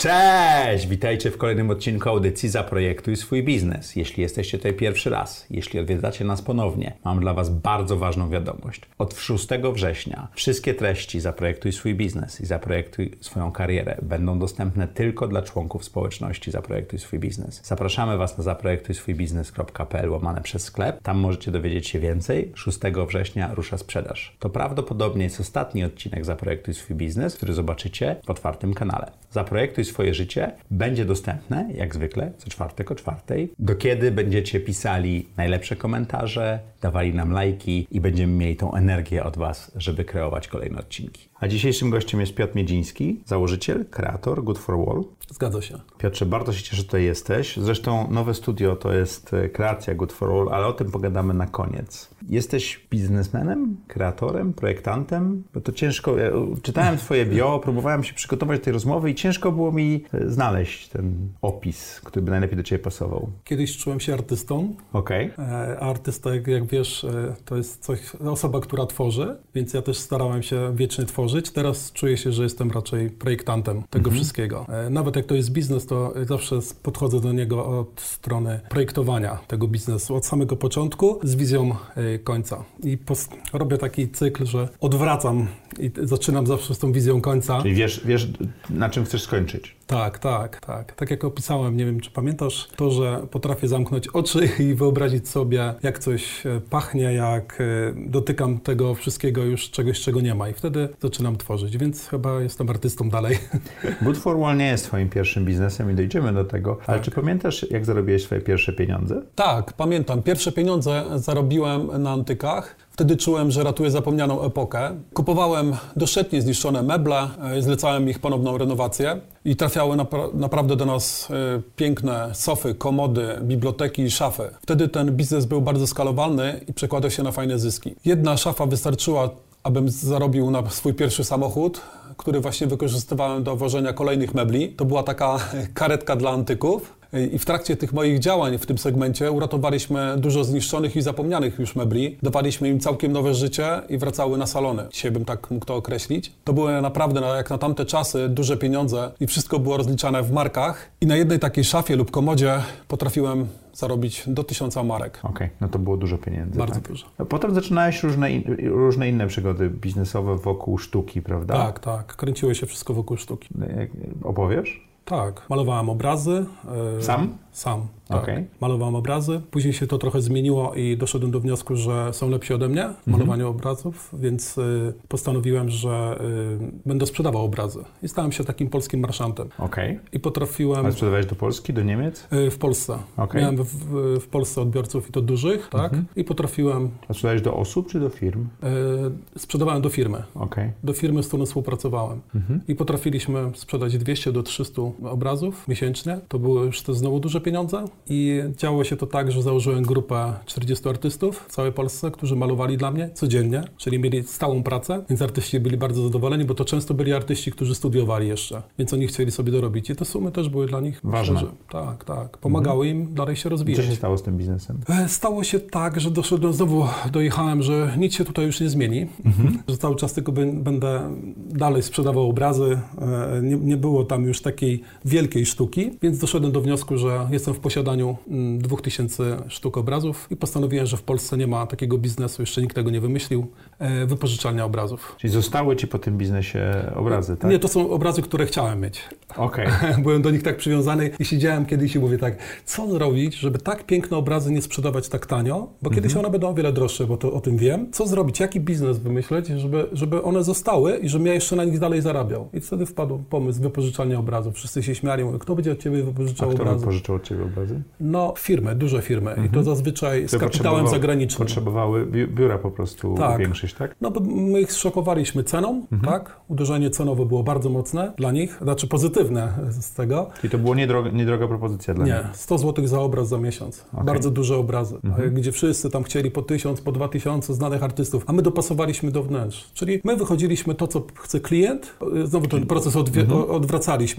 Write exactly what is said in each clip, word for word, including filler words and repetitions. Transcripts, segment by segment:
Cześć! Witajcie w kolejnym odcinku audycji Zaprojektuj swój biznes. Jeśli jesteście tutaj pierwszy raz, jeśli odwiedzacie nas ponownie, mam dla Was bardzo ważną wiadomość. Od szóstego września wszystkie treści Zaprojektuj swój biznes i Zaprojektuj swoją karierę będą dostępne tylko dla członków społeczności Zaprojektuj swój biznes. Zapraszamy Was na zaprojektuj swój biznes kropka p l łamane przez sklep. Tam możecie dowiedzieć się więcej. szóstego września rusza sprzedaż. To prawdopodobnie jest ostatni odcinek Zaprojektuj swój biznes, który zobaczycie w otwartym kanale. Zaprojektuj swoje życie będzie dostępne, jak zwykle, co czwartek o czwartej. Do kiedy będziecie pisali najlepsze komentarze, dawali nam lajki i będziemy mieli tą energię od Was, żeby kreować kolejne odcinki. A dzisiejszym gościem jest Piotr Miedziński, założyciel, kreator Good for All. Zgadza się. Piotrze, bardzo się cieszę, że tutaj jesteś. Zresztą nowe studio to jest kreacja Good for All, ale o tym pogadamy na koniec. Jesteś biznesmenem, kreatorem, projektantem? Bo to ciężko, ja czytałem Twoje bio, próbowałem się przygotować do tej rozmowy i ciężko było mi znaleźć ten opis, który by najlepiej do Ciebie pasował. Kiedyś czułem się artystą. Okej. Okay. Artysta, jak, jak wiesz, to jest coś, osoba, która tworzy, więc ja też starałem się wiecznie tworzyć. Teraz czuję się, że jestem raczej projektantem tego mhm. wszystkiego. Nawet jak to jest biznes, to zawsze podchodzę do niego od strony projektowania tego biznesu, od samego początku z wizją końca. I pos- robię taki cykl, że odwracam i zaczynam zawsze z tą wizją końca. Czyli wiesz, wiesz na czym chcesz skończyć. Tak, tak, tak. Tak jak opisałem, nie wiem, czy pamiętasz, to, że potrafię zamknąć oczy i wyobrazić sobie, jak coś pachnie, jak dotykam tego wszystkiego już czegoś, czego nie ma i wtedy zaczynam tworzyć, więc chyba jestem artystą dalej. Good for All nie jest Twoim pierwszym biznesem i dojdziemy do tego, ale tak. Czy pamiętasz, jak zarobiłeś swoje pierwsze pieniądze? Tak, pamiętam. Pierwsze pieniądze zarobiłem na antykach. Wtedy czułem, że ratuję zapomnianą epokę. Kupowałem doszczętnie zniszczone meble, zlecałem ich ponowną renowację i trafiały napra- naprawdę do nas y, piękne sofy, komody, biblioteki i szafy. Wtedy ten biznes był bardzo skalowalny i przekładał się na fajne zyski. Jedna szafa wystarczyła, abym zarobił na swój pierwszy samochód, który właśnie wykorzystywałem do wożenia kolejnych mebli. To była taka karetka dla antyków. I w trakcie tych moich działań w tym segmencie uratowaliśmy dużo zniszczonych i zapomnianych już mebli. Dawaliśmy im całkiem nowe życie i wracały na salony. Dzisiaj bym tak mógł to określić. To były naprawdę, jak na tamte czasy, duże pieniądze i wszystko było rozliczane w markach. I na jednej takiej szafie lub komodzie potrafiłem zarobić do tysiąca marek. Okej, okay, no to było dużo pieniędzy. Bardzo tak? dużo. A potem zaczynałeś różne, in, różne inne przygody biznesowe wokół sztuki, prawda? Tak, tak. Kręciło się wszystko wokół sztuki. Opowiesz? Tak. Malowałem obrazy. Sam? Sam, tak. Okay. Malowałem obrazy. Później się to trochę zmieniło i doszedłem do wniosku, że są lepsi ode mnie w malowaniu mm-hmm. obrazów, więc y, postanowiłem, że y, będę sprzedawał obrazy. I stałem się takim polskim marszantem. Okay. I potrafiłem... Ale sprzedawałeś do Polski, do Niemiec? Y, w Polsce. Okay. Miałem w, w, w Polsce odbiorców i to dużych, tak? Mm-hmm. I potrafiłem... A sprzedawałeś do osób czy do firm? Y, sprzedawałem do firmy. Okay. Do firmy, z którą współpracowałem. Mm-hmm. I potrafiliśmy sprzedać dwieście do trzystu obrazów miesięcznie. To były już to znowu duże pieniądze i działo się to tak, że założyłem grupę czterdziestu artystów w całej Polsce, którzy malowali dla mnie codziennie, czyli mieli stałą pracę, więc artyści byli bardzo zadowoleni, bo to często byli artyści, którzy studiowali jeszcze, więc oni chcieli sobie dorobić i te sumy też były dla nich ważne. Szczerze, tak, tak. Pomagały mhm. im dalej się rozwijać. Co się stało z tym biznesem? Stało się tak, że doszedłem, znowu dojechałem, że nic się tutaj już nie zmieni, mhm. że cały czas tylko będę dalej sprzedawał obrazy, nie, nie było tam już takiej wielkiej sztuki, więc doszedłem do wniosku, że jestem w posiadaniu dwóch tysięcy sztuk obrazów i postanowiłem, że w Polsce nie ma takiego biznesu, jeszcze nikt tego nie wymyślił, wypożyczalnia obrazów. Czyli zostały Ci po tym biznesie obrazy, tak? Nie, to są obrazy, które chciałem mieć. Okej. Okay. Byłem do nich tak przywiązany i siedziałem kiedyś i mówię tak, co zrobić, żeby tak piękne obrazy nie sprzedawać tak tanio, bo kiedyś mm-hmm. one będą o wiele droższe, bo to o tym wiem. Co zrobić, jaki biznes wymyśleć, żeby, żeby one zostały i żebym ja jeszcze na nich dalej zarabiał. I wtedy wpadł pomysł wypożyczalnia obrazów. Wszyscy się śmiali, mówią, kto będzie od Ciebie wypożyczał obrazy? A kto wypożyczał od Ciebie obrazy? No, firmy, duże firmy mm-hmm. i to zazwyczaj Które z kapitałem zagranicznym. Potrzebowały biura po prostu tak. większość, tak? No, bo my ich szokowaliśmy ceną, mm-hmm. tak? Uderzenie cenowe było bardzo mocne dla nich, znaczy pozytywne z tego. I to było niedroga, niedroga propozycja dla Nie, nich? Nie, sto złotych za obraz za miesiąc. Okay. Bardzo duże obrazy, mm-hmm. gdzie wszyscy tam chcieli po tysiąc, po dwa tysiące znanych artystów, a my dopasowaliśmy do wnętrz. Czyli my wychodziliśmy to, co chce klient, znowu ten proces odwie- mm-hmm. odwracaliśmy, nie to, co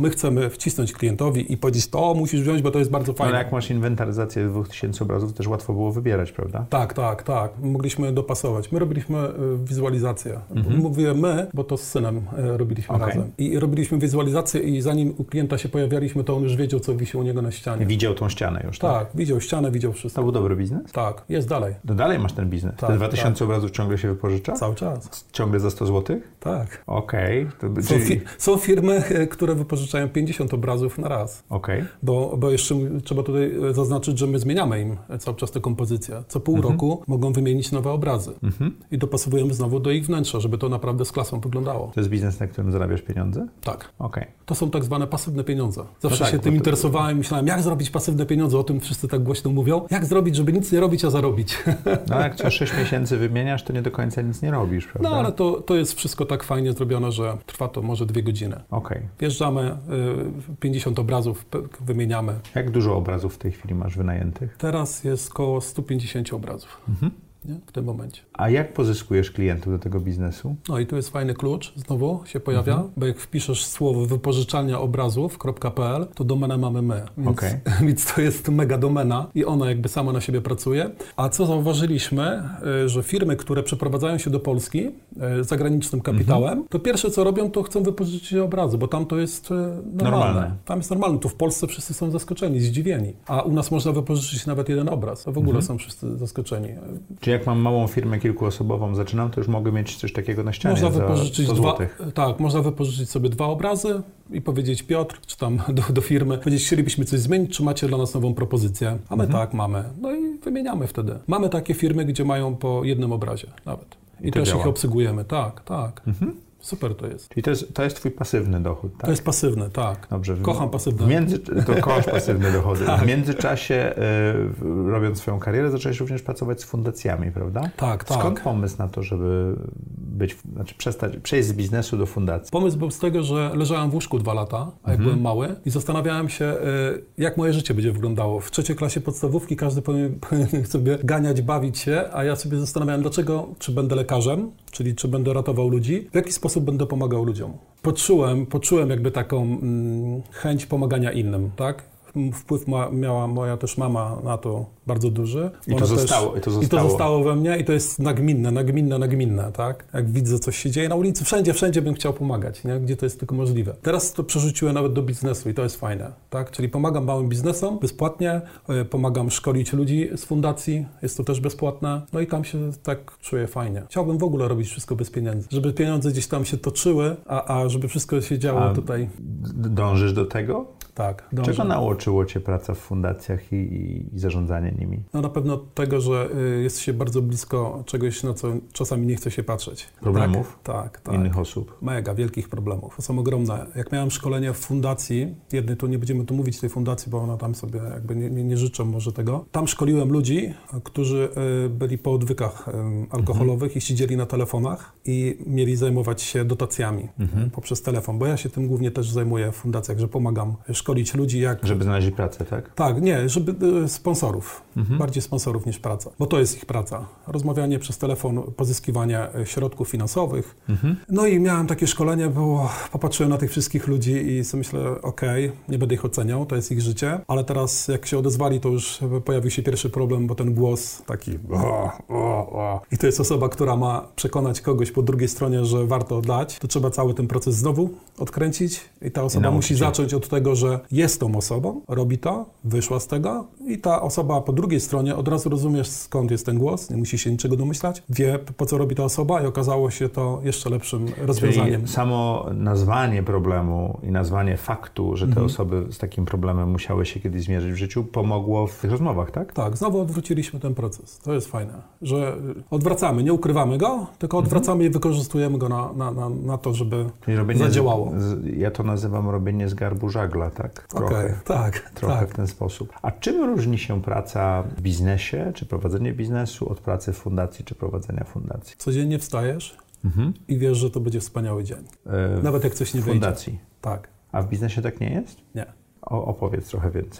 my chcemy wcisnąć klientowi i powiedzieć, to musisz wziąć, bo to jest bardzo fajne. Ale jak masz inwentaryzację dwóch tysięcy obrazów, to też łatwo było wybierać, prawda? Tak, tak, tak. Mogliśmy dopasować. My robiliśmy wizualizację. Mhm. Mówię my, bo to z synem robiliśmy okay. razem. I robiliśmy wizualizację i zanim u klienta się pojawialiśmy, to on już wiedział, co wisi u niego na ścianie. Widział tą ścianę już, tak? Tak, widział ścianę, widział wszystko. To był dobry biznes? Tak, jest dalej. No dalej masz ten biznes? Tak, Te dwa tysiące tak. obrazów ciągle się wypożycza? Cały czas. Ciągle za sto złotych? Tak. Okej. Okay. Są, fi- są firmy, które wypożyczają pięćdziesiąt obrazów na raz. Okej. Okay. Bo, bo jeszcze trzeba tutaj zaznaczyć, że my zmieniamy im cały czas tę kompozycję. Co pół mhm. roku mogą wymienić nowe obrazy. Mhm. I dopasowujemy znowu do ich wnętrza, żeby to naprawdę z klasą wyglądało. To jest biznes, na którym zarabiasz pieniądze? Tak. Okay. To są tak zwane pasywne pieniądze. Zawsze no tak, się tym to... interesowałem i myślałem, jak zrobić pasywne pieniądze, o tym wszyscy tak głośno mówią. Jak zrobić, żeby nic nie robić, a zarobić. No jak co sześć miesięcy wymieniasz, to nie do końca nic nie robisz, prawda? No ale to, to jest wszystko tak fajnie zrobione, że trwa to może dwie godziny. Okej. Okay. Wjeżdżamy, y, pięćdziesiąt obrazów wymieniamy. Jak dużo obrazów w tej chwili masz wynajętych? Teraz jest około sto pięćdziesiąt obrazów. Mhm. Nie? W tym momencie. A jak pozyskujesz klientów do tego biznesu? No i tu jest fajny klucz, znowu się pojawia, mhm. bo jak wpiszesz słowo wypożyczalnia obrazów kropka p l, to domenę mamy my, więc, okay. więc to jest mega domena i ona jakby sama na siebie pracuje. A co zauważyliśmy, że firmy, które przeprowadzają się do Polski z zagranicznym kapitałem, mhm. to pierwsze co robią, to chcą wypożyczyć obrazy, bo tam to jest normalne. normalne. Tam jest normalne, tu w Polsce wszyscy są zaskoczeni, zdziwieni, a u nas można wypożyczyć nawet jeden obraz, a w ogóle mhm. są wszyscy zaskoczeni. Czy jak mam małą firmę kilkuosobową, zaczynam, to już mogę mieć coś takiego na ścianie można za wypożyczyć sto złotych. Dwa, tak, można wypożyczyć sobie dwa obrazy i powiedzieć Piotr, czy tam do, do firmy, powiedzieć, chcielibyśmy coś zmienić, czy macie dla nas nową propozycję? A my mhm. tak, mamy. No i wymieniamy wtedy. Mamy takie firmy, gdzie mają po jednym obrazie nawet. I, I też działa. Ich obsługujemy. Tak, tak. Mhm. Super to jest. Czyli to jest, to jest twój pasywny dochód, tak? To jest pasywny, tak. Dobrze. Kocham pasywne. W między, to kochasz pasywne dochody. tak. W międzyczasie, y, robiąc swoją karierę, zacząłeś również pracować z fundacjami, prawda? Tak, tak. Skąd pomysł na to, żeby być, znaczy przestać, przejść z biznesu do fundacji? Pomysł był z tego, że leżałem w łóżku dwa lata, a jak mhm. byłem mały i zastanawiałem się, y, jak moje życie będzie wyglądało. W trzeciej klasie podstawówki każdy powinien, powinien sobie ganiać, bawić się, a ja sobie zastanawiałem, dlaczego, czy będę lekarzem, czyli czy będę ratował ludzi, w jaki sposób będę pomagał ludziom. Poczułem, poczułem jakby taką mm, chęć pomagania innym, tak? Wpływ ma, miała moja też mama na to bardzo duży. I to, zostało, też, i to zostało. I to zostało we mnie i to jest nagminne, nagminne, nagminne, tak? Jak widzę, coś się dzieje na ulicy, wszędzie, wszędzie bym chciał pomagać, nie? Gdzie to jest tylko możliwe. Teraz to przerzuciłem nawet do biznesu i to jest fajne, tak? Czyli pomagam małym biznesom bezpłatnie, pomagam szkolić ludzi z fundacji, jest to też bezpłatne, no i tam się tak czuję fajnie. Chciałbym w ogóle robić wszystko bez pieniędzy, żeby pieniądze gdzieś tam się toczyły, a, a żeby wszystko się działo a tutaj. Dążysz do tego? Tak. Dążę. Czego nauczyło Cię praca w fundacjach i, i, i zarządzanie nimi? No na pewno tego, że y, jest się bardzo blisko czegoś, na co czasami nie chce się patrzeć. Problemów? Tak, tak. Innych tak. osób? Mega, wielkich problemów. To są ogromne. Jak miałem szkolenie w fundacji, jednej, tu nie będziemy tu mówić tej fundacji, bo ona tam sobie jakby nie, nie, nie życzę może tego. Tam szkoliłem ludzi, którzy y, byli po odwykach y, alkoholowych mhm. i siedzieli na telefonach i mieli zajmować się dotacjami mhm. poprzez telefon, bo ja się tym głównie też zajmuję w fundacjach, że pomagam szkolić ludzi jak... Żeby znaleźli pracę, tak? Tak, nie, żeby y, sponsorów. Mhm. Bardziej sponsorów niż praca, bo to jest ich praca. Rozmawianie przez telefon, pozyskiwanie środków finansowych. Mhm. No i miałem takie szkolenie, było, popatrzyłem na tych wszystkich ludzi i sobie myślę, okej, okay, nie będę ich oceniał, to jest ich życie, ale teraz jak się odezwali, to już pojawił się pierwszy problem, bo ten głos taki o, o, o. I to jest osoba, która ma przekonać kogoś po drugiej stronie, że warto dać, to trzeba cały ten proces znowu odkręcić i ta osoba I musi zacząć od tego, że jest tą osobą, robi to, wyszła z tego i ta osoba po drugiej stronie od razu rozumiesz, skąd jest ten głos, nie musi się niczego domyślać, wie, po co robi ta osoba i okazało się to jeszcze lepszym rozwiązaniem. Czyli samo nazwanie problemu i nazwanie faktu, że te mhm. osoby z takim problemem musiały się kiedyś zmierzyć w życiu, pomogło w tych rozmowach, tak? Tak, znowu odwróciliśmy ten proces. To jest fajne, że odwracamy, nie ukrywamy go, tylko odwracamy mhm. i wykorzystujemy go na, na, na, na to, żeby zadziałało. Z, ja to nazywam robienie z garbu żagla, tak? Trochę, okay, tak, trochę tak. w ten sposób. A czym różni się praca w biznesie, czy prowadzenie biznesu od pracy w fundacji, czy prowadzenia fundacji? Codziennie wstajesz mhm. i wiesz, że to będzie wspaniały dzień. Yy, Nawet jak coś nie wyjdzie. W fundacji? Tak. A w biznesie tak nie jest? Nie. O, opowiedz trochę więcej. W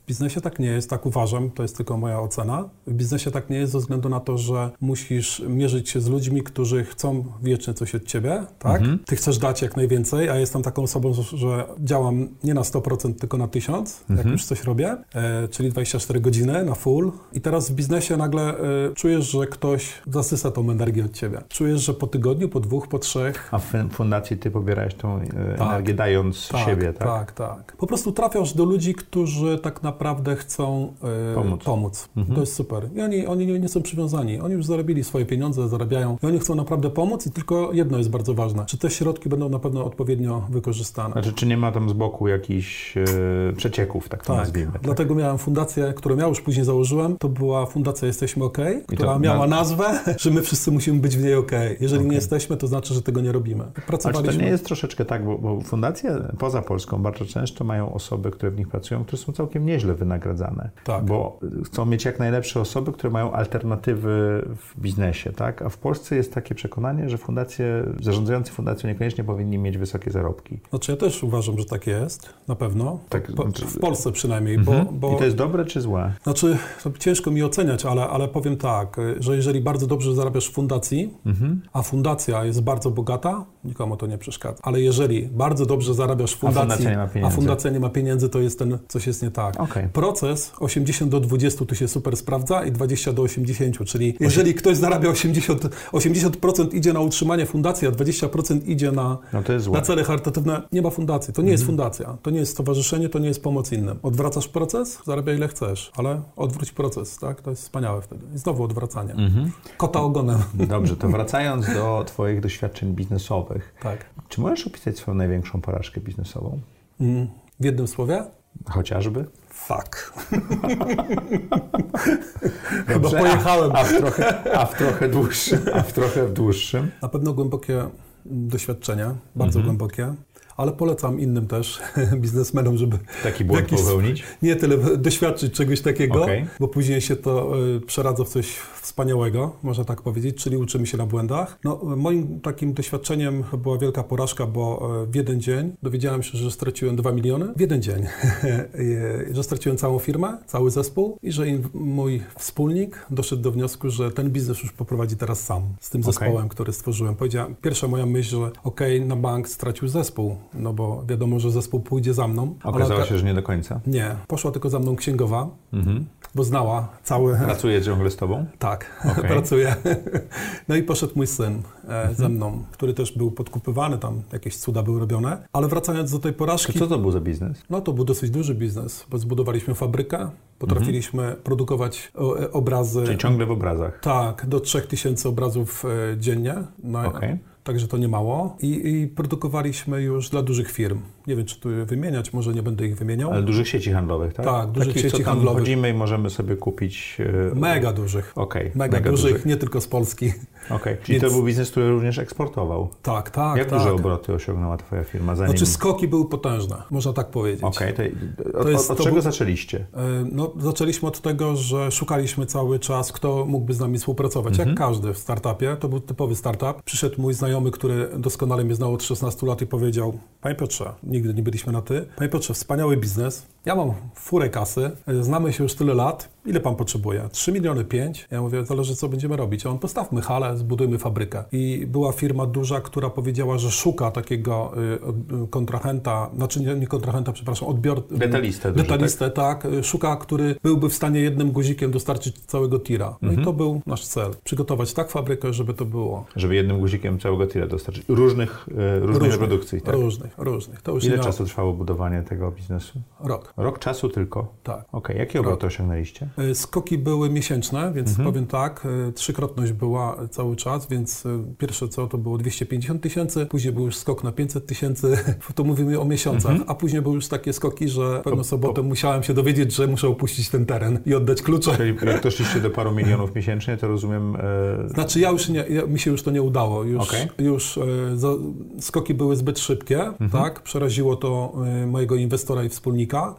W biznesie tak nie jest, tak uważam, to jest tylko moja ocena. W biznesie tak nie jest ze względu na to, że musisz mierzyć się z ludźmi, którzy chcą wiecznie coś od ciebie, tak? Mhm. Ty chcesz dać jak najwięcej, a ja jestem taką osobą, że działam nie na sto procent, tylko na tysiąc, mhm. jak już coś robię, e, czyli dwadzieścia cztery godziny na full. I teraz w biznesie nagle e, czujesz, że ktoś zasysa tą energię od ciebie. Czujesz, że po tygodniu, po dwóch, po trzech... A w fundacji ty pobierałeś tą e, tak, energię dając tak, siebie, tak? Tak, tak. Po prostu trafiasz do ludzi, którzy tak naprawdę chcą e, pomóc. pomóc. Mhm. To jest super. I oni, oni nie, nie są przywiązani. Oni już zarobili swoje pieniądze, zarabiają i oni chcą naprawdę pomóc i tylko jedno jest bardzo ważne. Czy te środki będą na pewno odpowiednio wykorzystane? Znaczy, czy nie ma tam z boku jakichś e, przecieków, tak to tak. nazwijmy. Tak? Dlatego miałem fundację, którą ja już później założyłem. To była fundacja Jesteśmy OK, która to miała na... nazwę, że my wszyscy musimy być w niej OK. Jeżeli okay. nie jesteśmy, to znaczy, że tego nie robimy. Pracowaliśmy. A czy to nie jest troszeczkę tak, bo, bo fundacje poza Polską bardzo często mają osoby, które w nich pracują, które są całkiem nieźle wynagradzane. Tak. Bo chcą mieć jak najlepsze osoby, które mają alternatywy w biznesie, tak? A w Polsce jest takie przekonanie, że fundacje, zarządzający fundacją niekoniecznie powinni mieć wysokie zarobki. Znaczy ja też uważam, że tak jest, na pewno. Tak, po, znaczy... W Polsce przynajmniej. Mhm. Bo, bo... I to jest dobre czy złe? Znaczy, to ciężko mi oceniać, ale, ale powiem tak, że jeżeli bardzo dobrze zarabiasz w fundacji, mhm. a fundacja jest bardzo bogata, nikomu to nie przeszkadza. Ale jeżeli bardzo dobrze zarabiasz w fundacji, a fundacja nie ma pieniędzy, a fundacja nie ma pieniędzy to jest ten, coś jest nie tak. Okay. Proces osiemdziesiąt do dwudziestu tu się super sprawdza i dwadzieścia do osiemdziesięciu, czyli jeżeli ktoś zarabia osiemdziesiąt, osiemdziesiąt procent idzie na utrzymanie fundacji, a dwadzieścia procent idzie na, no to jest na cele charytatywne, nie ma fundacji. To nie mhm. jest fundacja, to nie jest stowarzyszenie, to nie jest pomoc innym. Odwracasz proces, zarabiaj ile chcesz, ale odwróć proces, tak? To jest wspaniałe wtedy. I znowu odwracanie. Mhm. Kota ogonem. Dobrze, to wracając do twoich doświadczeń biznesowych. Tak. Czy możesz opisać swoją największą porażkę biznesową? Mm, w jednym słowie? Chociażby? Fuck. Chyba pojechałem. A, a, w trochę, a, w trochę dłuższym, a w trochę dłuższym? Na pewno głębokie doświadczenia, bardzo mhm. głębokie. Ale polecam innym też biznesmenom, żeby... Taki błąd jakiś, popełnić? Nie tyle doświadczyć czegoś takiego, okay. bo później się to y, przeradza w coś wspaniałego, można tak powiedzieć, czyli uczymy się na błędach. No, moim takim doświadczeniem była wielka porażka, bo w jeden dzień dowiedziałem się, że straciłem dwa miliony. W jeden dzień. Że straciłem całą firmę, cały zespół i że mój wspólnik doszedł do wniosku, że ten biznes już poprowadzi teraz sam z tym zespołem, okay. który stworzyłem. Powiedziałem, pierwsza moja myśl, że okej, okay, na bank stracił zespół, no bo wiadomo, że zespół pójdzie za mną. Okazało ale... się, że nie do końca? Nie. Poszła tylko za mną księgowa, mhm. bo znała cały... Pracuje ciągle z tobą? Tak, okay. pracuje. No i poszedł mój syn e, mhm. ze mną, który też był podkupywany, tam jakieś cuda były robione. Ale wracając do tej porażki... To co to był za biznes? No to był dosyć duży biznes, bo zbudowaliśmy fabrykę, potrafiliśmy mhm. produkować o, obrazy... Czyli ciągle w obrazach? Tak, do trzech tysięcy obrazów e, dziennie. No, okay. Także to nie mało. I, I produkowaliśmy już dla dużych firm. Nie wiem, czy tu wymieniać, może nie będę ich wymieniał. Ale dużych sieci handlowych, tak? Tak, dużych Takich, sieci co tam handlowych. Wchodzimy i możemy sobie kupić... Yy... Mega dużych. Okay, mega, mega dużych, dużych, nie tylko z Polski. Okay. Czyli Więc... to był biznes, który również eksportował. Tak, tak. Jak tak. duże obroty osiągnęła twoja firma? Zanim... Znaczy skoki były potężne, można tak powiedzieć. Okej, okay, to, to jest, od, od czego był... zaczęliście? Yy, no, zaczęliśmy od tego, że szukaliśmy cały czas, kto mógłby z nami współpracować. Mhm. Jak każdy w startupie, to był typowy startup. Przyszedł mój znajomy, który doskonale mnie znał od szesnastu lat i powiedział: Panie Piotrze, nigdy nie byliśmy na ty. Panie Piotrze, wspaniały biznes. Ja mam furę kasy, znamy się już tyle lat. Ile pan potrzebuje? trzy miliony pięć? Ja mówię, zależy co będziemy robić. A on, postawmy halę, zbudujmy fabrykę. I była firma duża, która powiedziała, że szuka takiego y, kontrahenta, znaczy nie, nie kontrahenta, przepraszam, odbiorcę. Detalistę. Detalistę, tak? tak. Szuka, który byłby w stanie jednym guzikiem dostarczyć całego tira. No mhm. i to był nasz cel. Przygotować tak fabrykę, żeby to było. Żeby jednym guzikiem całego tira dostarczyć. Różnych, y, różnych, różnych produkcji, tak? Różnych, różnych. To już Ile nie czasu miało... trwało budowanie tego biznesu? Rok. Rok czasu tylko? Tak. Okej, okay. Jakie obroty osiągnęliście? Skoki były miesięczne, więc mhm. powiem tak, trzykrotność była cały czas, więc pierwsze co to było dwieście pięćdziesiąt tysięcy, później był już skok na pięćset tysięcy, to mówimy o miesiącach, mhm. a później były już takie skoki, że pewną sobotę po... musiałem się dowiedzieć, że muszę opuścić ten teren i oddać klucze. Czyli jak doszliście do paru milionów miesięcznie, to rozumiem... E... Znaczy ja już nie, ja, mi się już to nie udało, już, okay. już e, za, skoki były zbyt szybkie, mhm. tak, przeraziło to e, mojego inwestora i wspólnika,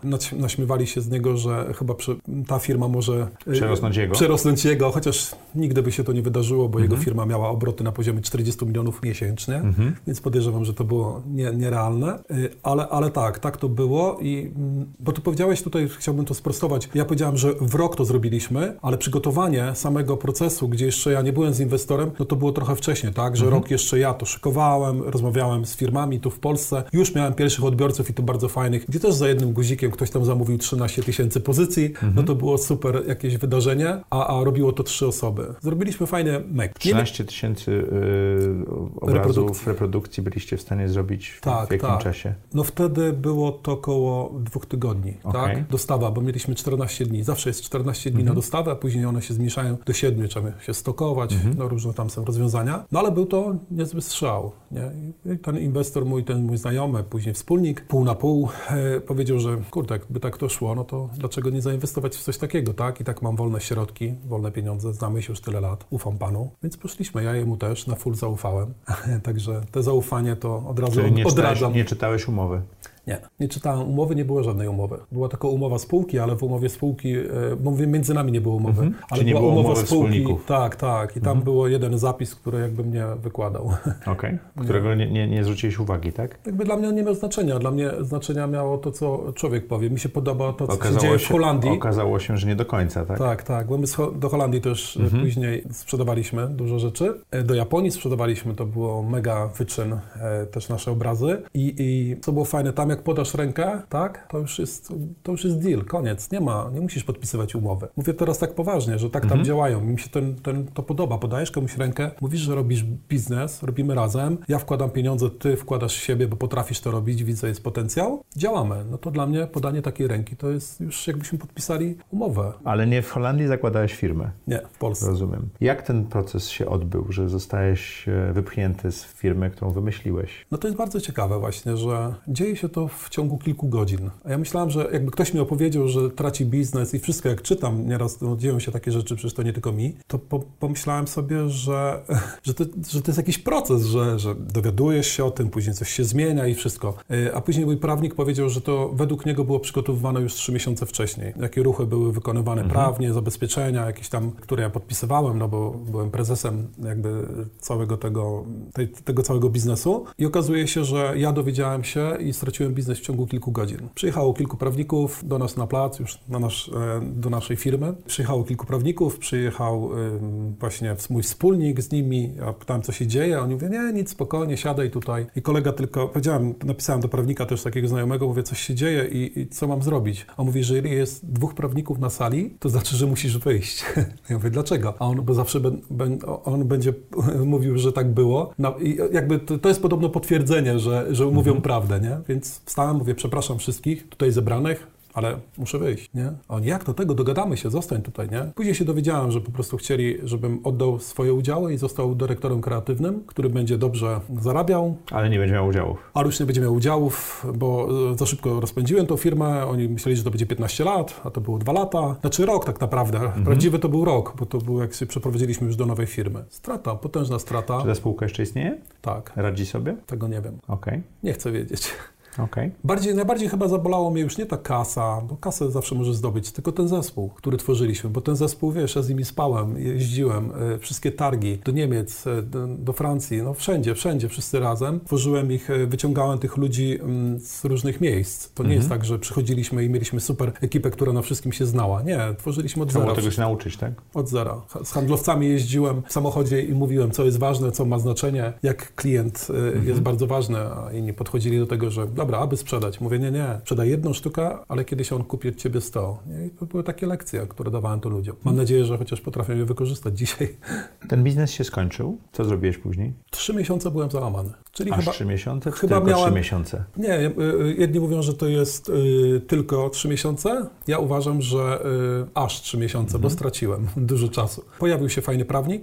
naśmiewali się z niego, że chyba przy, ta firma może przerosnąć jego. przerosnąć jego, chociaż nigdy by się to nie wydarzyło, bo mhm. jego firma miała obroty na poziomie czterdzieści milionów miesięcznie, mhm. więc podejrzewam, że to było nie, nierealne. Ale, ale tak, tak to było i bo tu powiedziałeś tutaj, chciałbym to sprostować, ja powiedziałem, że w rok to zrobiliśmy, ale przygotowanie samego procesu, gdzie jeszcze ja nie byłem z inwestorem, no to było trochę wcześniej, tak, że mhm. rok jeszcze ja to szykowałem, rozmawiałem z firmami tu w Polsce, już miałem pierwszych odbiorców i to bardzo fajnych, gdzie też za jednym guzikiem ktoś tam zamówił trzynaście tysięcy pozycji, mhm. no to było super jakieś wydarzenie, a, a robiło to trzy osoby. Zrobiliśmy fajny mek. trzynaście tysięcy yy, obrazów reprodukcji. reprodukcji byliście w stanie zrobić tak, w jakim tak. czasie? No wtedy było to około dwóch tygodni, okay. tak? Dostawa, bo mieliśmy czternaście dni. Zawsze jest czternaście dni mhm. na dostawę, a później one się zmniejszają do siedmiu, trzeba się stokować, mhm. no różne tam są rozwiązania. No ale był to niezły strzał, nie? I ten inwestor mój, ten mój znajomy, później wspólnik, pół na pół, e, powiedział, że kurde, jakby tak to szło, no to dlaczego nie zainwestować w coś takiego, tak? I tak mam wolne środki, wolne pieniądze, znamy się już tyle lat, ufam panu, więc poszliśmy. Ja jemu też na full zaufałem, także te zaufanie to od razu Czyli nie odradzam. Czytałeś, nie czytałeś umowy? Nie, nie czytałem umowy, nie było żadnej umowy. Była tylko umowa spółki, ale w umowie spółki, mówię, między nami nie było umowy. Mhm. Ale Czyli była nie było umowa umowy spółki. wspólników. Tak, tak. I tam mhm. było jeden zapis, który jakby mnie wykładał. Okej, okay. Którego nie, nie, nie zwróciłeś uwagi, tak? Jakby dla mnie on nie miał znaczenia. Dla mnie znaczenia miało to, co człowiek powie. Mi się podoba to, co okazało się dzieje się, w Holandii. Okazało się, że nie do końca, tak? Tak, tak. Bo my do Holandii też mhm. później sprzedawaliśmy dużo rzeczy. Do Japonii sprzedawaliśmy, to było mega wyczyn, też nasze obrazy. I, i co było fajne, tam jak podasz rękę, tak, to już jest, to już jest deal, koniec, nie ma, nie musisz podpisywać umowy. Mówię teraz tak poważnie, że tak tam mhm. działają, mi się ten, ten, to podoba, podajesz komuś rękę, mówisz, że robisz biznes, robimy razem, ja wkładam pieniądze, ty wkładasz siebie, bo potrafisz to robić, widzę, jest potencjał, działamy. No to dla mnie podanie takiej ręki to jest już jakbyśmy podpisali umowę. Ale nie w Holandii zakładałeś firmę? Nie, w Polsce. Rozumiem. Jak ten proces się odbył, że zostałeś wypchnięty z firmy, którą wymyśliłeś? No to jest bardzo ciekawe właśnie, że dzieje się to w ciągu kilku godzin. A ja myślałem, że jakby ktoś mi opowiedział, że traci biznes i wszystko, jak czytam, nieraz no, dzieją się takie rzeczy, przecież to nie tylko mi, to po, pomyślałem sobie, że, że, to, że to jest jakiś proces, że, że dowiadujesz się o tym, później coś się zmienia i wszystko. A później mój prawnik powiedział, że to według niego było przygotowywane już trzy miesiące wcześniej. Jakie ruchy były wykonywane mhm. prawnie, zabezpieczenia jakieś tam, które ja podpisywałem, no bo byłem prezesem jakby całego tego, tej, tego całego biznesu i okazuje się, że ja dowiedziałem się i straciłem biznes w ciągu kilku godzin. Przyjechało kilku prawników do nas na plac, już na nasz, do naszej firmy. Przyjechało kilku prawników, przyjechał właśnie mój wspólnik z nimi. Ja pytałem, co się dzieje, a oni mówią, nie, nic, spokojnie, siadaj tutaj. I kolega tylko, powiedziałem, napisałem do prawnika też takiego znajomego, mówię, coś się dzieje i, i co mam zrobić? A on mówi, że jeżeli jest dwóch prawników na sali, to znaczy, że musisz wyjść. Ja mówię, dlaczego? A on, bo zawsze ben, ben, on będzie mówił, że tak było. No, i jakby to, to jest podobno potwierdzenie, że, że mówią mhm. prawdę, nie? Więc wstałem, mówię, przepraszam wszystkich tutaj zebranych, ale muszę wyjść, nie? A oni, jak do tego? Dogadamy się, zostań tutaj, nie? Później się dowiedziałem, że po prostu chcieli, żebym oddał swoje udziały i został dyrektorem kreatywnym, który będzie dobrze zarabiał. Ale nie będzie miał udziałów. Ale już nie będzie miał udziałów, bo za szybko rozpędziłem tą firmę. Oni myśleli, że to będzie piętnaście lat, a to było dwa lata. Znaczy rok tak naprawdę. Mhm. Prawdziwy to był rok, bo to był, jak się przeprowadziliśmy już do nowej firmy. Strata, potężna strata. Czy ta spółka jeszcze istnieje? Tak. Radzi sobie? Tego nie wiem. Okej. Okay. Nie chcę wiedzieć. Okay. Bardziej, najbardziej chyba zabolało mnie już nie ta kasa, bo kasę zawsze możesz zdobyć, tylko ten zespół, który tworzyliśmy, bo ten zespół, wiesz, ja z nimi spałem, jeździłem, y, wszystkie targi do Niemiec, y, do, do Francji, no wszędzie, wszędzie, wszyscy razem. Tworzyłem ich, y, wyciągałem tych ludzi y, z różnych miejsc. To nie mhm. jest tak, że przychodziliśmy i mieliśmy super ekipę, która na wszystkim się znała. Nie, tworzyliśmy od Trzeba zera. Trzeba tego się nauczyć, tak? Od zera. Z handlowcami jeździłem w samochodzie i mówiłem, co jest ważne, co ma znaczenie, jak klient y, mhm. jest bardzo ważny, a inni podchodzili do tego, że dobra, aby sprzedać. Mówię, nie, nie, sprzedaj jedną sztukę, ale kiedyś on kupi od ciebie sto. I to były takie lekcje, które dawałem to ludziom. Mam nadzieję, że chociaż potrafię je wykorzystać dzisiaj. Ten biznes się skończył. Co zrobiłeś później? Trzy miesiące byłem załamany. Czyli Aż chyba, trzy miesiące? Chyba tylko miałem, trzy miesiące? Nie, jedni mówią, że to jest y, tylko trzy miesiące. Ja uważam, że y, aż trzy miesiące, mhm. bo straciłem dużo czasu. Pojawił się fajny prawnik,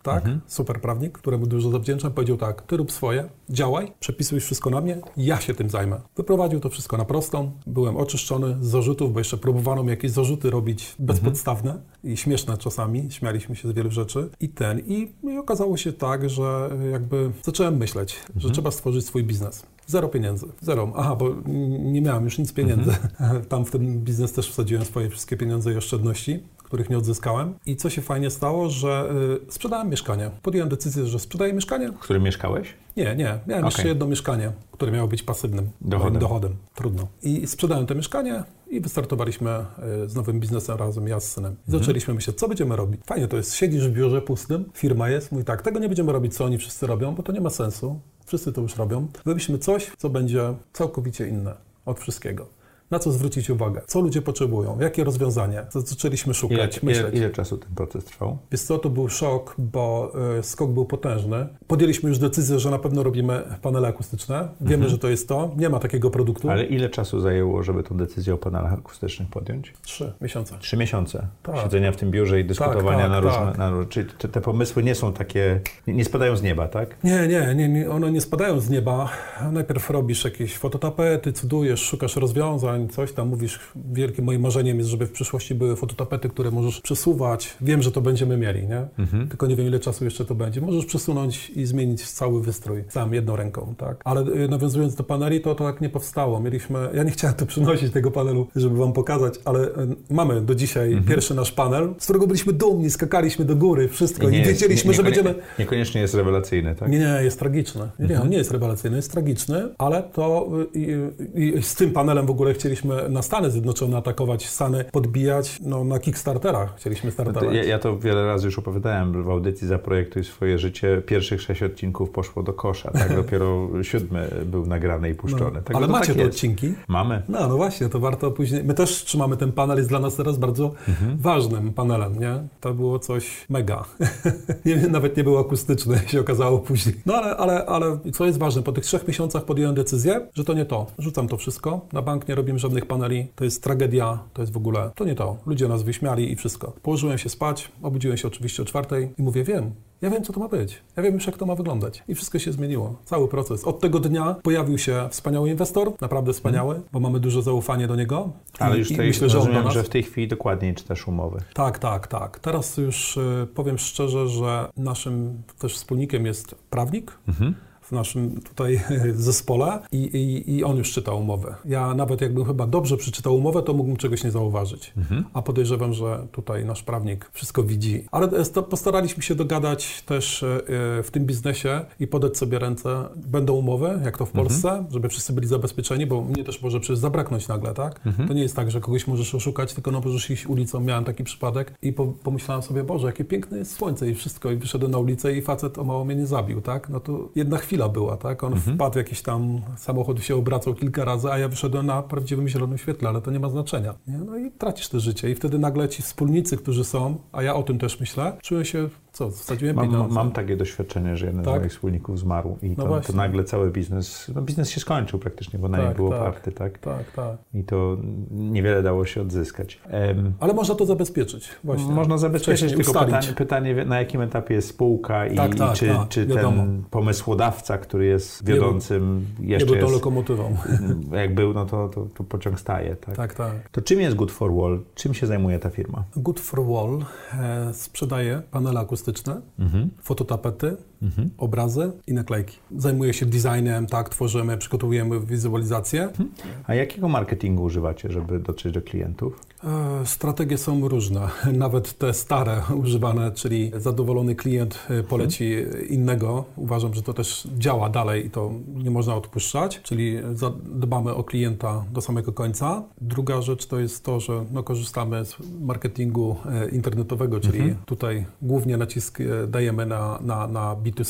tak? Mhm. Super prawnik, któremu dużo zawdzięczam, powiedział tak, ty rób swoje, działaj, przepisujesz wszystko na mnie, ja się tym zajmę. Wyprowadził to wszystko na prostą, byłem oczyszczony z zarzutów, bo jeszcze próbowano mi jakieś zarzuty robić bezpodstawne mhm. i śmieszne czasami, śmialiśmy się z wielu rzeczy i ten, i, i okazało się tak, że jakby zacząłem myśleć, mhm. że trzeba stworzyć swój biznes. Zero pieniędzy, zero. Aha, bo nie miałem już nic pieniędzy. Mhm. Tam w ten biznes też wsadziłem swoje wszystkie pieniądze i oszczędności, których nie odzyskałem. I co się fajnie stało, że y, sprzedałem mieszkanie. Podjąłem decyzję, że sprzedaję mieszkanie. W którym mieszkałeś? Nie, nie. Miałem okay. jeszcze jedno mieszkanie, które miało być pasywnym dochodem. dochodem. Trudno. I sprzedałem to mieszkanie i wystartowaliśmy y, z nowym biznesem razem, ja z synem. I mhm. zaczęliśmy myśleć, co będziemy robić. Fajnie to jest, siedzisz w biurze pustym, firma jest, mówi tak, tego nie będziemy robić, co oni wszyscy robią, bo to nie ma sensu. Wszyscy to już robią. Wymyślmy coś, co będzie całkowicie inne od wszystkiego. Na co zwrócić uwagę? Co ludzie potrzebują? Jakie rozwiązanie? Zaczęliśmy szukać, ile, myśleć. Ile, ile czasu ten proces trwał? Wiesz co, to był szok, bo y, skok był potężny. Podjęliśmy już decyzję, że na pewno robimy panele akustyczne. Wiemy, mhm. że to jest to. Nie ma takiego produktu. Ale ile czasu zajęło, żeby tę decyzję o panelach akustycznych podjąć? Trzy miesiące. Trzy miesiące? Tak. Siedzenia w tym biurze i dyskutowania tak, tak, na różne... tak. Na, czyli te, te pomysły nie są takie... Nie, nie spadają z nieba, tak? Nie, nie, nie, nie, one nie spadają z nieba. Najpierw robisz jakieś fototapety, cudujesz, szukasz rozwiązań, coś tam mówisz. Wielkim moim marzeniem jest, żeby w przyszłości były fototapety, które możesz przesuwać. Wiem, że to będziemy mieli, nie? Mhm. Tylko nie wiem, ile czasu jeszcze to będzie. Możesz przesunąć i zmienić cały wystrój sam jedną ręką, tak? Ale y, nawiązując do paneli, to, to tak nie powstało. Mieliśmy, ja nie chciałem tu przynosić tego panelu, żeby wam pokazać, ale y, mamy do dzisiaj mhm. pierwszy nasz panel, z którego byliśmy dumni, skakaliśmy do góry, wszystko. I, nie, I wiedzieliśmy, nie, że będziemy... Niekoniecznie jest rewelacyjny, tak? Nie, nie, jest tragiczny. Nie, mhm. on nie jest rewelacyjny, jest tragiczny, ale to y, y, z tym panelem w ogóle chcieliśmy na Stany Zjednoczone atakować, Stany podbijać, no na Kickstarterach chcieliśmy startować. Ja, ja to wiele razy już opowiadałem w audycji Zaprojektuj swoje życie. Pierwszych sześć odcinków poszło do kosza, tak? Dopiero siódmy był nagrany i puszczony. No, tak, ale no, macie tak te jest. odcinki? Mamy. No, no właśnie, to warto później. My też trzymamy ten panel, jest dla nas teraz bardzo mhm. ważnym panelem, nie? To było coś mega. nie, nawet nie było akustyczne, się okazało później. No ale, ale, ale co jest ważne, po tych trzech miesiącach podjąłem decyzję, że to nie to. Rzucam to wszystko. Na bank nie robimy żadnych paneli. To jest tragedia, to jest w ogóle, to nie to. Ludzie nas wyśmiali i wszystko. Położyłem się spać, obudziłem się oczywiście o czwartej i mówię, wiem, ja wiem, co to ma być. Ja wiem już, jak to ma wyglądać. I wszystko się zmieniło. Cały proces. Od tego dnia pojawił się wspaniały inwestor, naprawdę wspaniały, hmm. bo mamy duże zaufanie do niego. Ale I, już i tej, myślę, że rozumiem, on do nas... że w tej chwili dokładniej czytasz umowy. Tak, tak, tak. Teraz już y, powiem szczerze, że naszym też wspólnikiem jest prawnik. Mhm. w naszym tutaj zespole i, i, i on już czytał umowę. Ja nawet jakbym chyba dobrze przeczytał umowę, to mógłbym czegoś nie zauważyć. Mhm. A podejrzewam, że tutaj nasz prawnik wszystko widzi. Ale postaraliśmy się dogadać też w tym biznesie i podać sobie ręce. Będą umowy, jak to w Polsce, mhm. żeby wszyscy byli zabezpieczeni, bo mnie też może przecież zabraknąć nagle, tak? Mhm. To nie jest tak, że kogoś możesz oszukać, tylko no możesz iść ulicą. Miałem taki przypadek i po, pomyślałem sobie, Boże, jakie piękne jest słońce i wszystko. I wyszedłem na ulicę i facet o mało mnie nie zabił, tak? No to jedna chwila była, tak? On mhm. wpadł w jakiś tam, samochód się obracał kilka razy, a ja wyszedłem na prawdziwym zielonym świetle, ale to nie ma znaczenia, nie? No i tracisz to życie i wtedy nagle ci wspólnicy, którzy są, a ja o tym też myślę, czułem się, co, wsadziłem mam, pieniądze. Mam takie doświadczenie, że jeden tak? z moich wspólników zmarł i no to, to nagle cały biznes, no biznes się skończył praktycznie, bo na tak, nim był tak, oparty, tak? Tak, tak. I to niewiele dało się odzyskać. Um, ale można to zabezpieczyć, właśnie. Można zabezpieczyć, tylko pytanie, pytanie, na jakim etapie jest spółka i, tak, i tak, czy, tak, czy ten pomysłodawca, który jest wiodącym, nie jeszcze był to jest, lokomotywą. Jak był, no to, to, to pociąg staje, tak? Tak, tak. To czym jest Good for Wall? Czym się zajmuje ta firma? Good for Wall e, sprzedaje panele akustyczne, mhm. fototapety, mhm. obrazy i naklejki. Zajmuje się designem, tak, tworzymy, przygotowujemy wizualizację. Mhm. A jakiego marketingu używacie, żeby dotrzeć do klientów? E, strategie są różne, nawet te stare używane, czyli zadowolony klient poleci mhm. innego. Uważam, że to też działa dalej i to nie można odpuszczać, czyli dbamy o klienta do samego końca. Druga rzecz to jest to, że no, korzystamy z marketingu internetowego, czyli mhm. tutaj głównie nacisk dajemy na, na, na B dwa C,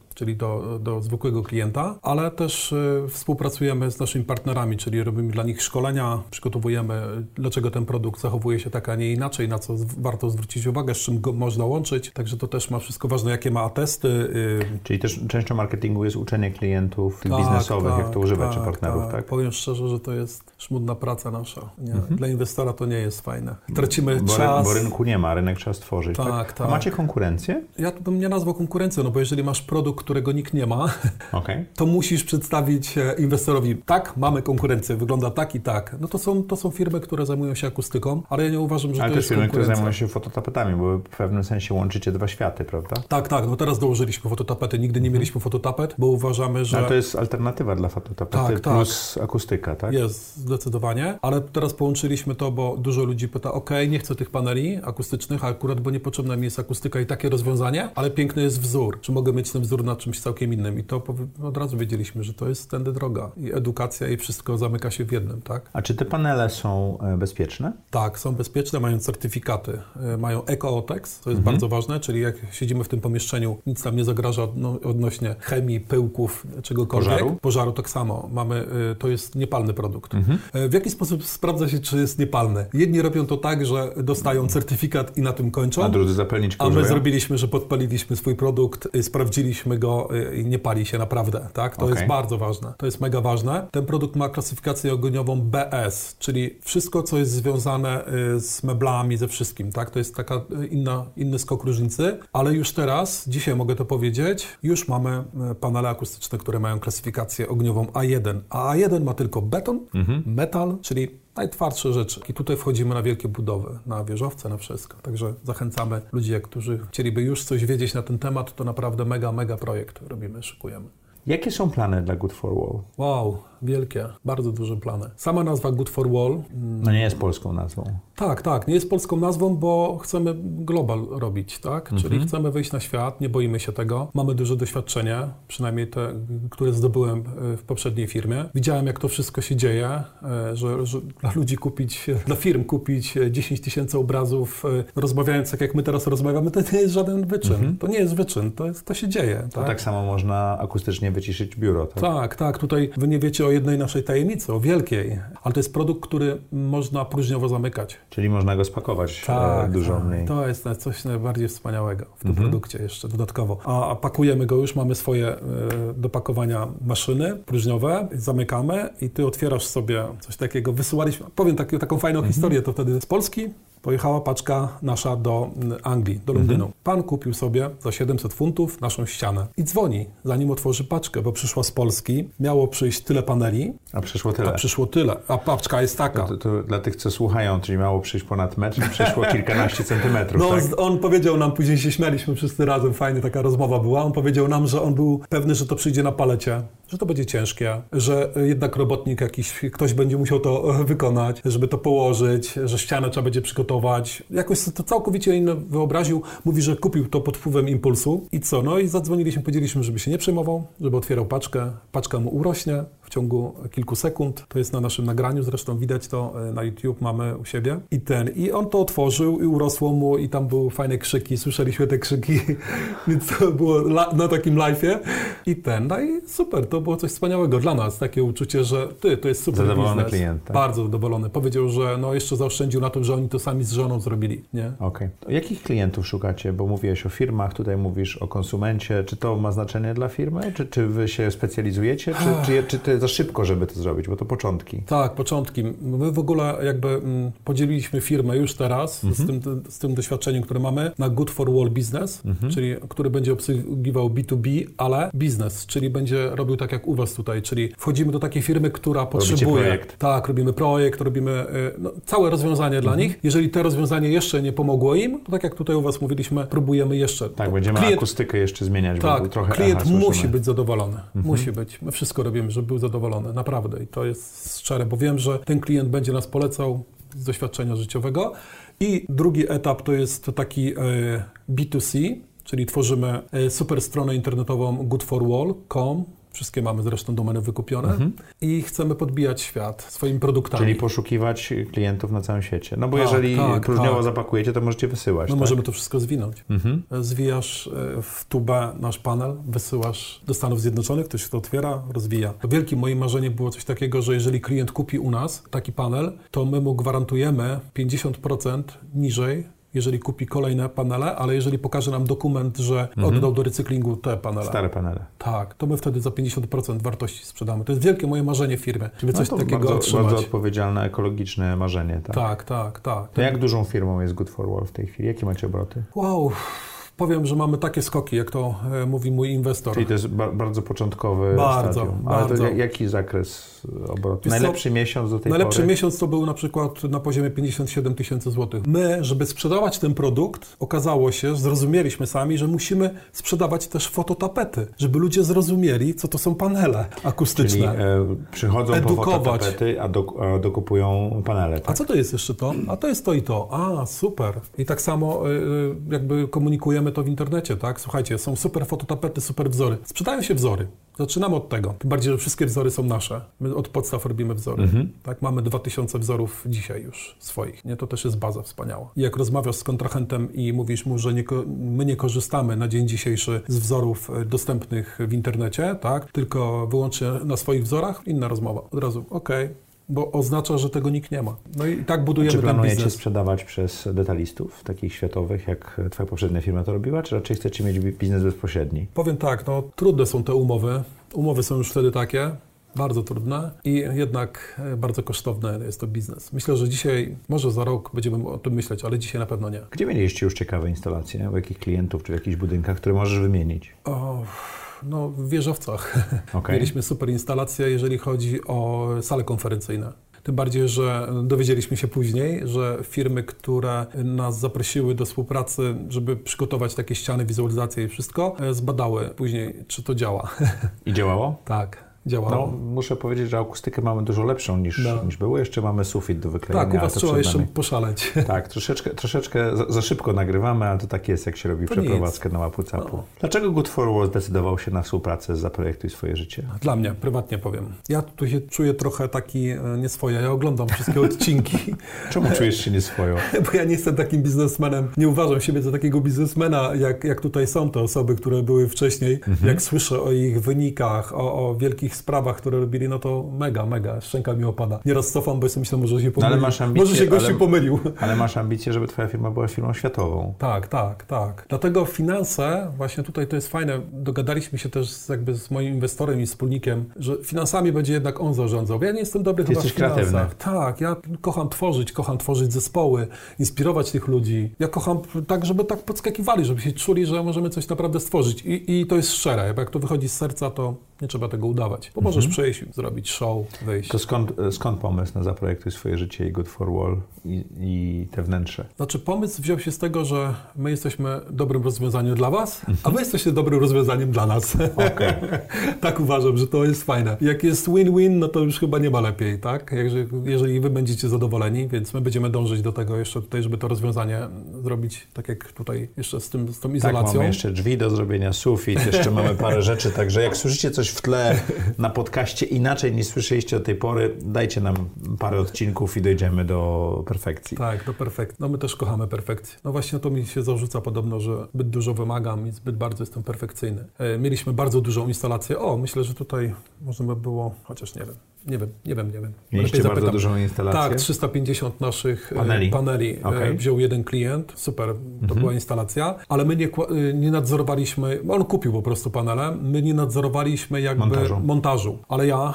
czyli do, do zwykłego klienta, ale też y, współpracujemy z naszymi partnerami, czyli robimy dla nich szkolenia, przygotowujemy, dlaczego ten produkt zachowuje się tak, a nie inaczej, na co z, warto zwrócić uwagę, z czym go można łączyć, także to też ma wszystko ważne, jakie ma atesty. Y... Czyli też częścią marketingu jest uczenie klientów tak, biznesowych, tak, jak to używać, tak, czy partnerów, tak. tak? Powiem szczerze, że to jest żmudna praca nasza. Nie? Mhm. Dla inwestora to nie jest fajne. Tracimy bo, czas. Bo rynku nie ma, rynek trzeba stworzyć. Tak, tak? tak. A macie konkurencję? Ja to bym nie nazwał konkurencją, no bo jeżeli masz produkt, którego nikt nie ma, okay. to musisz przedstawić inwestorowi, tak, mamy konkurencję, wygląda tak i tak. No to są, to są firmy, które zajmują się akustyką, ale ja nie uważam, że ale to jest firmy, konkurencja. które zajmują się fototapetami, bo w pewnym sensie łączycie dwa światy, prawda? Tak, tak, no teraz dołożyliśmy fototapety, nigdy nie mieliśmy fototapet, bo uważamy, że... Ale to jest alternatywa dla fototapety tak, plus tak. akustyka, tak? Jest, zdecydowanie, ale teraz połączyliśmy to, bo dużo ludzi pyta, ok, nie chcę tych paneli akustycznych, a akurat, bo niepotrzebna mi jest akustyka i takie rozwiązanie, ale piękny jest wzór. Czy mogę mieć ten wzór na czymś całkiem innym? I to od razu wiedzieliśmy, że to jest tędy droga. I edukacja i wszystko zamyka się w jednym, tak? A czy te panele są bezpieczne? Tak, są bezpieczne, mają certyfikaty, mają Eco-Otex, to jest mhm. bardzo ważne, czyli jak siedzimy w tym pomieszczeniu, nic nam nie zagraża no, odnośnie chemii, pyłków, czegokolwiek. Pożaru? Pożaru tak samo. Mamy, to jest niepalny produkt. Mhm. W jaki sposób sprawdza się, czy jest niepalny? Jedni robią to tak, że dostają certyfikat i na tym kończą. A drudzy zapalniczkę A my używają? zrobiliśmy, że podpaliliśmy swój produkt, sprawdziliśmy go i nie pali się naprawdę, tak? To okay. jest bardzo ważne. To jest mega ważne. Ten produkt ma klasyfikację ogniową B S, czyli wszystko, co jest związane z meblami, ze wszystkim, tak? To jest taka inna, inny skok różnicy, ale już teraz, dzisiaj mogę to powiedzieć, już mamy panele akustyczne, które mają klasyfikację ogniową A jeden, a A jeden ma tylko beton, mhm. metal, czyli najtwardsze rzeczy. I tutaj wchodzimy na wielkie budowy, na wieżowce, na wszystko. Także zachęcamy ludzi, którzy chcieliby już coś wiedzieć na ten temat, to naprawdę mega, mega projekt robimy, szykujemy. Jakie są plany dla Good for Wall? Wow, wielkie, bardzo duże plany. Sama nazwa Good for Wall... No nie jest polską nazwą. Tak, tak, nie jest polską nazwą, bo chcemy global robić, tak? Mhm. Czyli chcemy wyjść na świat, nie boimy się tego. Mamy duże doświadczenie, przynajmniej te, które zdobyłem w poprzedniej firmie. Widziałem, jak to wszystko się dzieje, że, że dla ludzi kupić, dla firm kupić dziesięć tysięcy obrazów, rozmawiając tak jak my teraz rozmawiamy, to nie jest żaden wyczyn. Mhm. To nie jest wyczyn, to, jest, to się dzieje. Tak? To tak samo można akustycznie wyciszyć biuro, tak? Tak, tak. Tutaj wy nie wiecie o jednej naszej tajemnicy, o wielkiej, ale to jest produkt, który można próżniowo zamykać. Czyli można go spakować tak, dużo tak. mniej. To jest coś najbardziej wspaniałego w tym mhm. produkcie jeszcze dodatkowo. A, a pakujemy go już, mamy swoje y, do pakowania maszyny próżniowe, zamykamy i ty otwierasz sobie coś takiego. Wysyłaliśmy, powiem tak, taką fajną mhm. historię, to wtedy z Polski pojechała paczka nasza do Anglii, do Londynu. Mhm. Pan kupił sobie za siedemset funtów naszą ścianę i dzwoni, zanim otworzy paczkę, bo przyszła z Polski, miało przyjść tyle paneli. A przyszło tyle. A przyszło tyle, a paczka jest taka. To, to, to dla tych, co słuchają, czyli miało przyjść ponad metr, przyszło kilkanaście centymetrów, No tak? on powiedział nam, później się śmialiśmy wszyscy razem, fajnie taka rozmowa była, on powiedział nam, że on był pewny, że to przyjdzie na palecie, że to będzie ciężkie, że jednak robotnik jakiś, ktoś będzie musiał to wykonać, żeby to położyć, że ścianę trzeba będzie przygotować. Jakoś to całkowicie inne wyobraził. Mówi, że kupił to pod wpływem impulsu. I co? No i zadzwoniliśmy, powiedzieliśmy, żeby się nie przejmował, żeby otwierał paczkę. Paczka mu urośnie w ciągu kilku sekund. To jest na naszym nagraniu, zresztą widać to na YouTube, mamy u siebie. I ten, i on to otworzył i urosło mu i tam były fajne krzyki, słyszeliśmy te krzyki, więc to było na takim live'ie. I ten, no i super, to było coś wspaniałego dla nas, takie uczucie, że ty, to jest super zadowolony biznes. klient. Tak? Bardzo zadowolony. Powiedział, że no jeszcze zaoszczędził na tym, że oni to sami z żoną zrobili, nie? Okej. Okay. Jakich klientów szukacie? Bo mówiłeś o firmach, tutaj mówisz o konsumencie. Czy to ma znaczenie dla firmy? Czy, czy wy się specjalizujecie? Czy, czy, czy to jest za szybko, żeby to zrobić? Bo to początki. Tak, początki. My w ogóle jakby m, podzieliliśmy firmę już teraz mhm. z, tym, z tym doświadczeniem, które mamy na Good for Wall Business, mhm. czyli który będzie obsługiwał B dwa B, ale biznes, czyli będzie robił tak jak u was tutaj, czyli wchodzimy do takiej firmy, która potrzebuje... Robicie projekt. Tak, robimy projekt, robimy no, całe rozwiązanie mhm. dla nich. Jeżeli te rozwiązanie jeszcze nie pomogło im, to tak jak tutaj u was mówiliśmy, próbujemy jeszcze. Tak, będziemy klient, akustykę jeszcze zmieniać. Tak, bo trochę klient aha, musi być zadowolony. Mhm. Musi być. My wszystko robimy, żeby był zadowolony. Naprawdę. I to jest szczere, bo wiem, że ten klient będzie nas polecał z doświadczenia życiowego. I drugi etap to jest taki B dwa C, czyli tworzymy super stronę internetową good for wall kropka com Wszystkie mamy zresztą domeny wykupione mhm. i chcemy podbijać świat swoimi produktami. Czyli poszukiwać klientów na całym świecie. No bo tak, jeżeli tak, próżniowo tak. zapakujecie, to możecie wysyłać. No tak? możemy to wszystko zwinąć. Mhm. Zwijasz w tubę nasz panel, wysyłasz do Stanów Zjednoczonych, ktoś to otwiera, rozwija. Wielkim moim marzeniem było coś takiego, że jeżeli klient kupi u nas taki panel, to my mu gwarantujemy pięćdziesiąt procent niżej, jeżeli kupi kolejne panele, ale jeżeli pokaże nam dokument, że mhm. oddał do recyklingu te panele. Stare panele. Tak, to my wtedy za pięćdziesiąt procent wartości sprzedamy. To jest wielkie moje marzenie w firmie, żeby coś no to takiego bardzo, otrzymać. Bardzo odpowiedzialne, ekologiczne marzenie. Tak, tak, tak. tak. To jak dużą firmą jest Good for Wall w tej chwili? Jakie macie obroty? Wow. Powiem, że mamy takie skoki, jak to e, mówi mój inwestor. Czyli to jest ba- bardzo początkowy bardzo, stadium. Ale bardzo. to jaki zakres obrotu? Wiesz Najlepszy co? miesiąc do tej Najlepszy pory? miesiąc to był na przykład na poziomie pięćdziesiąt siedem tysięcy złotych. My, żeby sprzedawać ten produkt, okazało się, zrozumieliśmy sami, że musimy sprzedawać też fototapety, żeby ludzie zrozumieli, co to są panele akustyczne. Czyli e, przychodzą Edukować. po fototapety, a, do, a dokupują panele. Tak? A co to jest jeszcze to? A to jest to i to. A, super. I tak samo y, jakby komunikujemy to w internecie, tak? Słuchajcie, są super fototapety, super wzory. Sprzedają się wzory. Zaczynamy od tego. Tym bardziej, że wszystkie wzory są nasze. My od podstaw robimy wzory. Mhm. Tak? Mamy dwa tysiące wzorów dzisiaj już swoich. Nie? To też jest baza wspaniała. I jak rozmawiasz z kontrahentem i mówisz mu, że nie, my nie korzystamy na dzień dzisiejszy z wzorów dostępnych w internecie, tak? Tylko wyłącznie na swoich wzorach, inna rozmowa. Od razu, okej. Okay. Bo oznacza, że tego nikt nie ma. No i tak budujemy ten biznes. Czy planujecie sprzedawać przez detalistów, takich światowych, jak twoja poprzednia firma to robiła, czy raczej chcecie mieć biznes bezpośredni? Powiem tak, no trudne są te umowy. Umowy są już wtedy takie, bardzo trudne i jednak bardzo kosztowne jest to biznes. Myślę, że dzisiaj, może za rok będziemy o tym myśleć, ale dzisiaj na pewno nie. Gdzie mieliście już ciekawe instalacje? U jakich klientów, czy w jakichś budynkach, które możesz wymienić? O... No, w wieżowcach. Okay. Mieliśmy super instalacje, jeżeli chodzi o sale konferencyjne. Tym bardziej, że dowiedzieliśmy się później, że firmy, które nas zaprosiły do współpracy, żeby przygotować takie ściany, wizualizacje i wszystko, zbadały później, czy to działa. I działało? Tak. Działało. No, muszę powiedzieć, że akustykę mamy dużo lepszą niż, no. niż było. Jeszcze mamy sufit do wyklejenia. Tak, u was trzeba jeszcze nami. poszaleć. Tak, troszeczkę, troszeczkę za, za szybko nagrywamy, ale to tak jest, jak się robi to przeprowadzkę nic. Na łapu-capu. No. Dlaczego Good for Wall zdecydował się na współpracę z Zaprojektuj swoje życie? Dla mnie, prywatnie powiem. Ja tu się czuję trochę taki nieswojo. Ja oglądam wszystkie odcinki. Czemu czujesz się nieswojo? Bo ja nie jestem takim biznesmenem. Nie uważam siebie za takiego biznesmena, jak, jak tutaj są te osoby, które były wcześniej. Mhm. Jak słyszę o ich wynikach, o, o wielkich sprawach, które robili, no to mega, mega, szczęka mi opada. Nieraz cofam, bo sobie myślę, może się pomylił. No ale masz ambicje, może się gościu ale, pomylił. Ale masz ambicje, żeby twoja firma była firmą światową. Tak, tak, tak. Dlatego finanse, właśnie tutaj to jest fajne, dogadaliśmy się też z, jakby z moim inwestorem i wspólnikiem, że finansami będzie jednak on zarządzał, bo ja nie jestem dobry chyba w finansach. Kreatywny. Tak, ja kocham tworzyć, kocham tworzyć zespoły, inspirować tych ludzi. Ja kocham tak, żeby tak podskakiwali, żeby się czuli, że możemy coś naprawdę stworzyć. I, i to jest szczere, bo jak to wychodzi z serca, to nie trzeba tego udawać. Bo możesz przyjść, zrobić show, wyjść. To skąd, skąd pomysł na Zaprojektuj swoje życie i Good for Wall i, i te wnętrze? Znaczy pomysł wziął się z tego, że my jesteśmy dobrym rozwiązaniem dla was, a wy jesteście dobrym rozwiązaniem dla nas. Okay. Tak uważam, że to jest fajne. Jak jest win-win, no to już chyba nie ma lepiej, tak? Jakże, jeżeli wy będziecie zadowoleni, więc my będziemy dążyć do tego jeszcze tutaj, żeby to rozwiązanie zrobić tak jak tutaj jeszcze z, tym, z tą izolacją. Tak, mamy jeszcze drzwi do zrobienia, sufit, jeszcze mamy parę rzeczy, także jak słyszycie coś w tle na podcaście inaczej niż słyszeliście do tej pory, dajcie nam parę odcinków i dojdziemy do perfekcji. Tak, do perfekcji. No my też kochamy perfekcję. No właśnie to mi się zarzuca podobno, że zbyt dużo wymagam i zbyt bardzo jestem perfekcyjny. Mieliśmy bardzo dużą instalację. O, myślę, że tutaj można by było, chociaż nie wiem. Nie wiem, nie wiem, nie wiem. Mieliście bardzo zapytam. Dużą instalację? Tak, trzysta pięćdziesiąt naszych paneli, paneli okay. wziął jeden klient, super, to mhm. była instalacja, ale my nie, nie nadzorowaliśmy, on kupił po prostu panele, my nie nadzorowaliśmy jakby montażu, montażu. Ale ja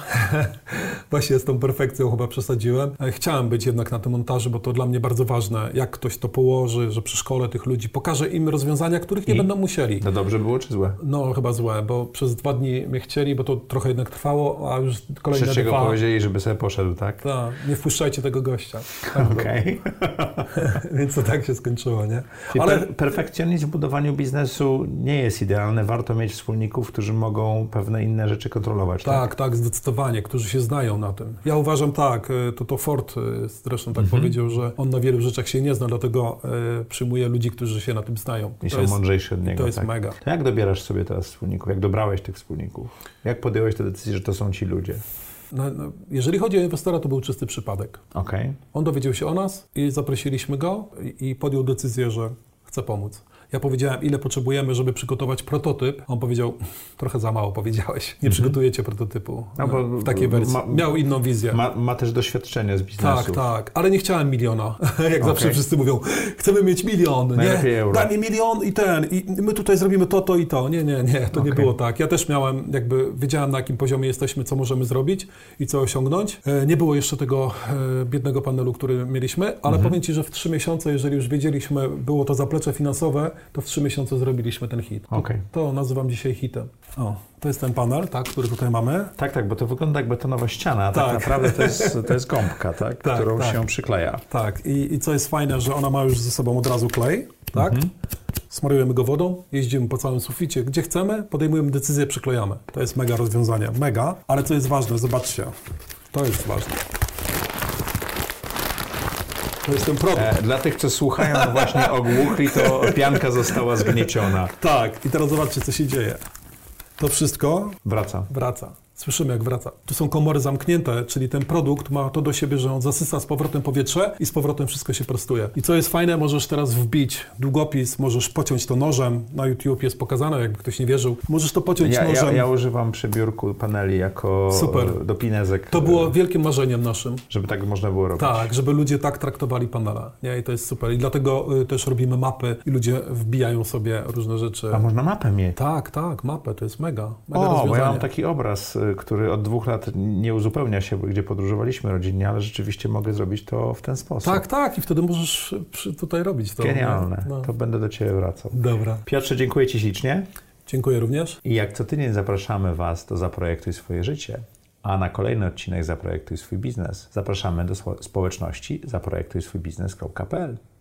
właśnie z tą perfekcją chyba przesadziłem. Chciałem być jednak na tym montażu, bo to dla mnie bardzo ważne, jak ktoś to położy, że przy szkole tych ludzi pokażę im rozwiązania, których nie I? będą musieli. To dobrze było czy złe? No chyba złe, bo przez dwa dni mnie chcieli, bo to trochę jednak trwało, a już kolejne dwa Pa. powiedzieli, żeby sobie poszedł, tak? Tak, nie wpuszczajcie tego gościa. Tak, Okej. Więc to tak się skończyło, nie? Czyli Ale per, perfekcjonizm w budowaniu biznesu nie jest idealny. Warto mieć wspólników, którzy mogą pewne inne rzeczy kontrolować. Tak, tak, tak, zdecydowanie, którzy się znają na tym. Ja uważam tak, to to Ford zresztą tak Mhm. powiedział, że on na wielu rzeczach się nie zna, dlatego y, przyjmuje ludzi, którzy się na tym znają. I To są jest, mądrzejsi od niego. to jest tak. mega. To jak dobierasz sobie teraz wspólników? Jak dobrałeś tych wspólników? Jak podjąłeś tę decyzję, że to są ci ludzie? No, no, jeżeli chodzi o inwestora, to był czysty przypadek. Okej. On dowiedział się o nas i zaprosiliśmy go i, i podjął decyzję, że chce pomóc. Ja powiedziałem, ile potrzebujemy, żeby przygotować prototyp. On powiedział, trochę za mało powiedziałeś, nie przygotujecie prototypu No bo w takiej wersji. ma- Miał inną wizję. Ma, ma też doświadczenie z biznesu. Tak, tak, ale nie chciałem miliona. Jak Okej. zawsze wszyscy mówią, chcemy mieć milion, Najlepiej nie? euro. Daj mi milion i ten, i my tutaj zrobimy to, to i to. Nie, nie, nie, to nie Okej. było tak. Ja też miałem, jakby wiedziałem, na jakim poziomie jesteśmy, co możemy zrobić i co osiągnąć. E, Nie było jeszcze tego e, biednego panelu, który mieliśmy, ale Mhm. powiem Ci, że w trzy miesiące, jeżeli już wiedzieliśmy, było to zaplecze finansowe, to w trzy miesiące zrobiliśmy ten hit. To, Okej. to nazywam dzisiaj hitem. O, to jest ten panel, tak, który tutaj mamy. Tak, tak, bo to wygląda jak betonowa ściana, a tak, Tak. naprawdę to jest, to jest gąbka, tak? Tak, którą tak. się przykleja. Tak, i, i co jest fajne, że ona ma już ze sobą od razu klej, tak? Mhm. Smarujemy go wodą, jeździmy po całym suficie, gdzie chcemy, podejmujemy decyzję, przyklejamy. To jest mega rozwiązanie, mega. Ale co jest ważne, zobaczcie, to jest ważne. To jest ten produkt. E, dla tych, co słuchają właśnie ogłuchli, to pianka została zgnieciona. Tak, i teraz zobaczcie, co się dzieje. To wszystko Wraca. wraca. Słyszymy, jak wraca. Tu są komory zamknięte, czyli ten produkt ma to do siebie, że on zasysa z powrotem powietrze i z powrotem wszystko się prostuje. I co jest fajne, możesz teraz wbić długopis, możesz pociąć to nożem. Na YouTube jest pokazane, jakby ktoś nie wierzył. Możesz to pociąć Ja, nożem. ja, ja używam przy biurku paneli jako Super. e, do pinezek. To było wielkim marzeniem naszym. Żeby tak można było robić. Tak, żeby ludzie tak traktowali panela. Nie? I to jest super. I dlatego y, też robimy mapy i ludzie wbijają sobie różne rzeczy. A można mapę mieć. Tak, tak, mapę, to jest mega. mega O, bo rozwiązanie. ja mam taki obraz, y, który od dwóch lat nie uzupełnia się, gdzie podróżowaliśmy rodzinnie, ale rzeczywiście mogę zrobić to w ten sposób. Tak, tak, i wtedy możesz przy, tutaj robić to. Genialne. nie? No. To będę do Ciebie wracał. Dobra. Piotrze, dziękuję Ci ślicznie. Dziękuję również. I jak co tydzień zapraszamy Was do Zaprojektuj swoje życie, a na kolejny odcinek Zaprojektuj swój biznes zapraszamy do spo- społeczności zaprojektujswójbiznes kropka p l.